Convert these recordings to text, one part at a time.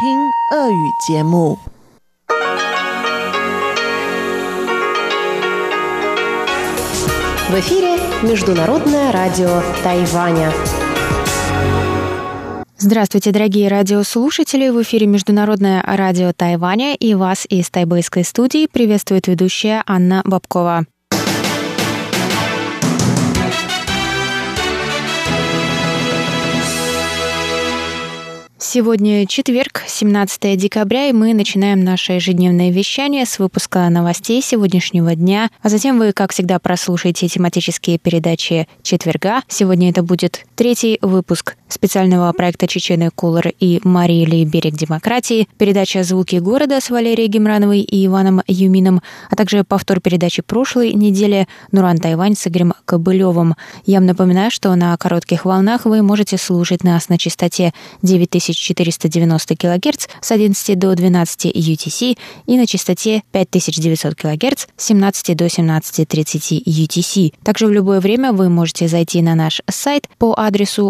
听俄语节目。 В эфире Международное радио Тайваня. Здравствуйте, дорогие радиослушатели! В эфире Международное радио Тайваня, и вас из тайбэйской студии приветствует ведущая Анна Бабкова. Сегодня четверг, 17 декабря, и мы начинаем наше ежедневное вещание с выпуска новостей сегодняшнего дня. А затем вы, как всегда, прослушаете тематические передачи четверга. Сегодня это будет третий выпуск специального проекта Чечены Кулар и Марии Ли «Берег демократии», передача «Звуки города» с Валерией Гемрановой и Иваном Юмином, а также повтор передачи прошлой недели «Нуран Тайвань» с Игорем Кобылевым. Я вам напоминаю, что на коротких волнах вы можете слушать нас на частоте 9490 кГц с 11 до 12 UTC и на частоте 5900 кГц с 17 до 17:30 UTC. Также в любое время вы можете зайти на наш сайт по адресу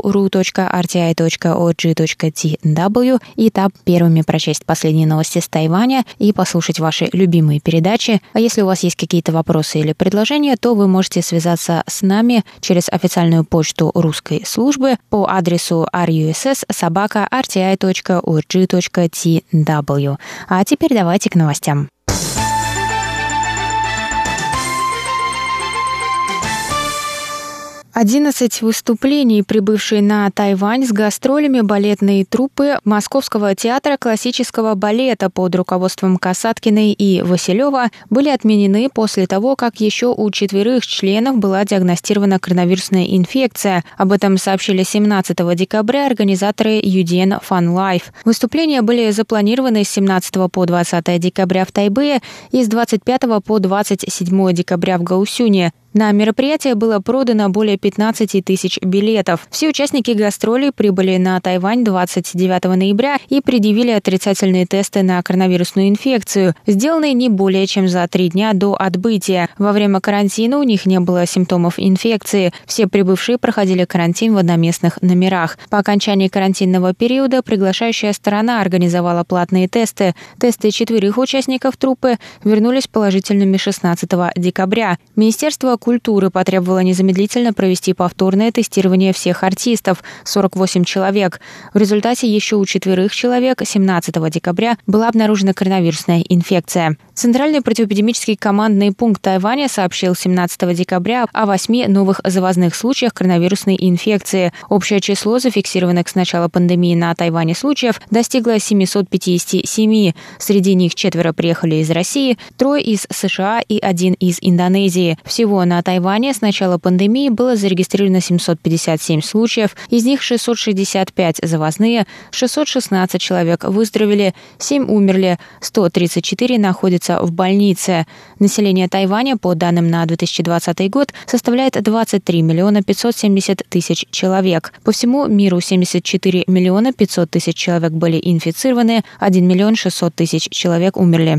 ru.rti.org.tw и там первыми прочесть последние новости с Тайваня и послушать ваши любимые передачи. А если у вас есть какие-то вопросы или предложения, то вы можете связаться с нами через официальную почту русской службы по адресу russ@rti.org.tw. А теперь давайте к новостям. 11 выступлений, прибывшие на Тайвань с гастролями балетные труппы Московского театра классического балета под руководством Касаткиной и Василева, были отменены после того, как еще у 4 членов была диагностирована коронавирусная инфекция. Об этом сообщили 17 декабря организаторы UDN Fun Life. Выступления были запланированы с 17 по 20 декабря в Тайбэе и с 25 по 27 декабря в Гаосюне. На мероприятие было продано более 15 тысяч билетов. Все участники гастролей прибыли на Тайвань 29 ноября и предъявили отрицательные тесты на коронавирусную инфекцию, сделанные не более чем за 3 дня до отбытия. Во время карантина у них не было симптомов инфекции. Все прибывшие проходили карантин в одноместных номерах. По окончании карантинного периода приглашающая сторона организовала платные тесты. Тесты 4 участников труппы вернулись положительными 16 декабря. Министерство культуры потребовало незамедлительно провести повторное тестирование всех артистов – 48 человек. В результате еще у 4 человек 17 декабря была обнаружена коронавирусная инфекция. Центральный противоэпидемический командный пункт Тайваня сообщил 17 декабря о 8 новых завозных случаях коронавирусной инфекции. Общее число зафиксированных с начала пандемии на Тайване случаев достигло 757. Среди них 4 приехали из России, 3 из США и 1 из Индонезии. Всего на Тайване с начала пандемии было зарегистрировано 757 случаев, из них 665 завозные, 616 человек выздоровели, 7 умерли, 134 находятся в больнице. Население Тайваня, по данным на 2020 год, составляет 23 миллиона 570 тысяч человек. По всему миру 74 миллиона 500 тысяч человек были инфицированы, 1 миллион 600 тысяч человек умерли.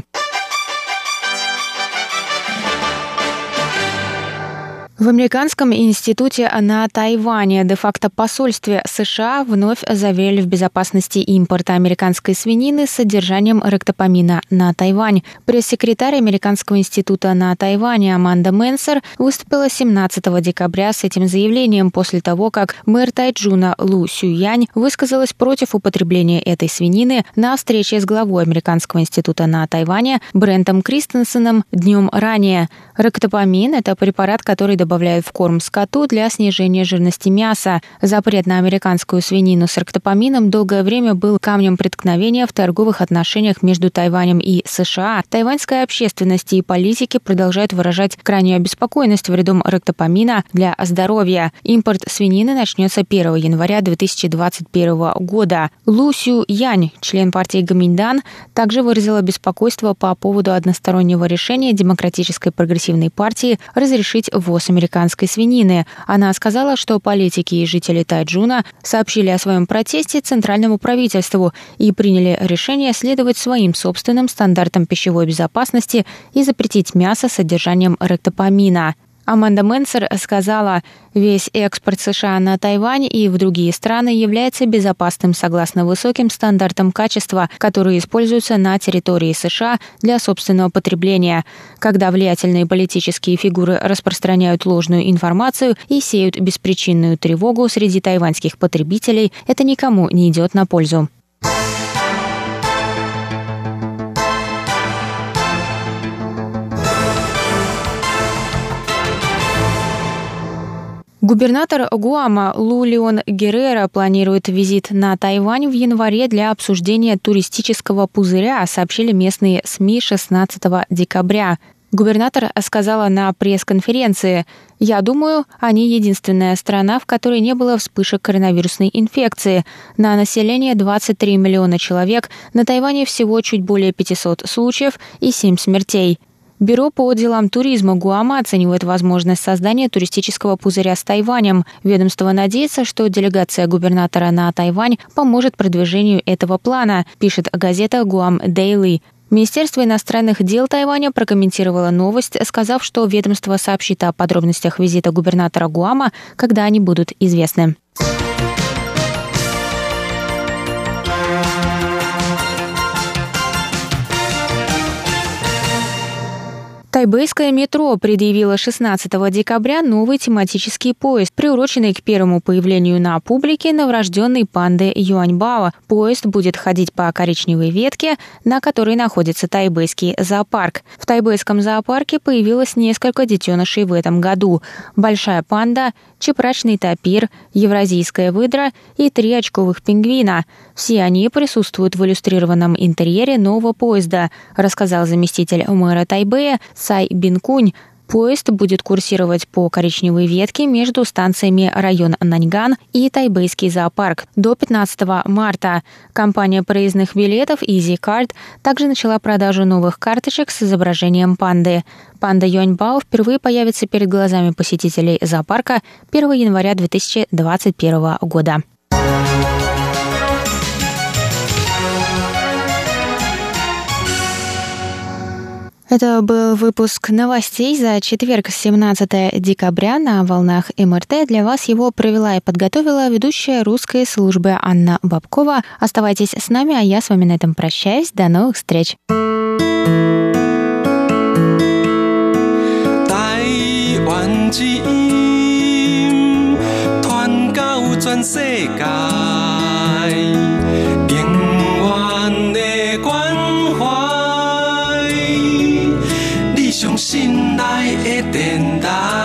В Американском институте на Тайване, де-факто посольстве США, вновь заверили в безопасности импорта американской свинины с содержанием ректопамина на Тайвань. Пресс-секретарь Американского института на Тайване Аманда Менсер выступила 17 декабря с этим заявлением после того, как мэр Тайчжуна Лу Сюянь высказалась против употребления этой свинины на встрече с главой Американского института на Тайване Брентом Кристенсеном днем ранее. Ректопамин – это препарат, который добавляют в корм скоту для снижения жирности мяса. Запрет на американскую свинину с ректопамином долгое время был камнем преткновения в торговых отношениях между Тайванем и США. Тайваньская общественность и политики продолжают выражать крайнюю обеспокоенность вредом ректопамина для здоровья. Импорт свинины начнется 1 января 2021 года. Лу Сюянь, член партии Гоминьдан, также выразила беспокойство по поводу одностороннего решения Демократической прогрессивной партии разрешить ввоз американской свинины. Она сказала, что политики и жители Тайчжуна сообщили о своем протесте центральному правительству и приняли решение следовать своим собственным стандартам пищевой безопасности и запретить мясо с содержанием ректопамина. Аманда Менцер сказала, весь экспорт США на Тайвань и в другие страны является безопасным согласно высоким стандартам качества, которые используются на территории США для собственного потребления. Когда влиятельные политические фигуры распространяют ложную информацию и сеют беспричинную тревогу среди тайваньских потребителей, это никому не идет на пользу. Губернатор Гуама Лу Леон Геррера планирует визит на Тайвань в январе для обсуждения туристического пузыря, сообщили местные СМИ 16 декабря. Губернатор сказала на пресс-конференции: «Я думаю, они единственная страна, в которой не было вспышек коронавирусной инфекции. На население 23 миллиона человек, на Тайване всего чуть более 500 случаев и 7 смертей». Бюро по делам туризма Гуама оценивает возможность создания туристического пузыря с Тайванем. Ведомство надеется, что делегация губернатора на Тайвань поможет продвижению этого плана, пишет газета «Гуам Дейли». Министерство иностранных дел Тайваня прокомментировало новость, сказав, что ведомство сообщит о подробностях визита губернатора Гуама, когда они будут известны. Тайбэйское метро предъявило 16 декабря новый тематический поезд, приуроченный к первому появлению на публике новорожденной панды Юаньбао. Поезд будет ходить по коричневой ветке, на которой находится тайбэйский зоопарк. В тайбэйском зоопарке появилось несколько детенышей в этом году. Большая панда, чепрачный тапир, евразийская выдра и 3 очковых пингвина. Все они присутствуют в иллюстрированном интерьере нового поезда, рассказал заместитель мэра Тайбэя Цай Бинкунь. Поезд будет курсировать по коричневой ветке между станциями район Наньган и Тайбэйский зоопарк до 15 марта. Компания проездных билетов Easy Card также начала продажу новых карточек с изображением панды. Панда Юаньбао впервые появится перед глазами посетителей зоопарка 1 января 2021 года. Это был выпуск новостей за четверг, 17 декабря на волнах МРТ. Для вас его провела и подготовила ведущая русской службы Анна Бабкова. Оставайтесь с нами, а я с вами на этом прощаюсь. До новых встреч! 心内的电台。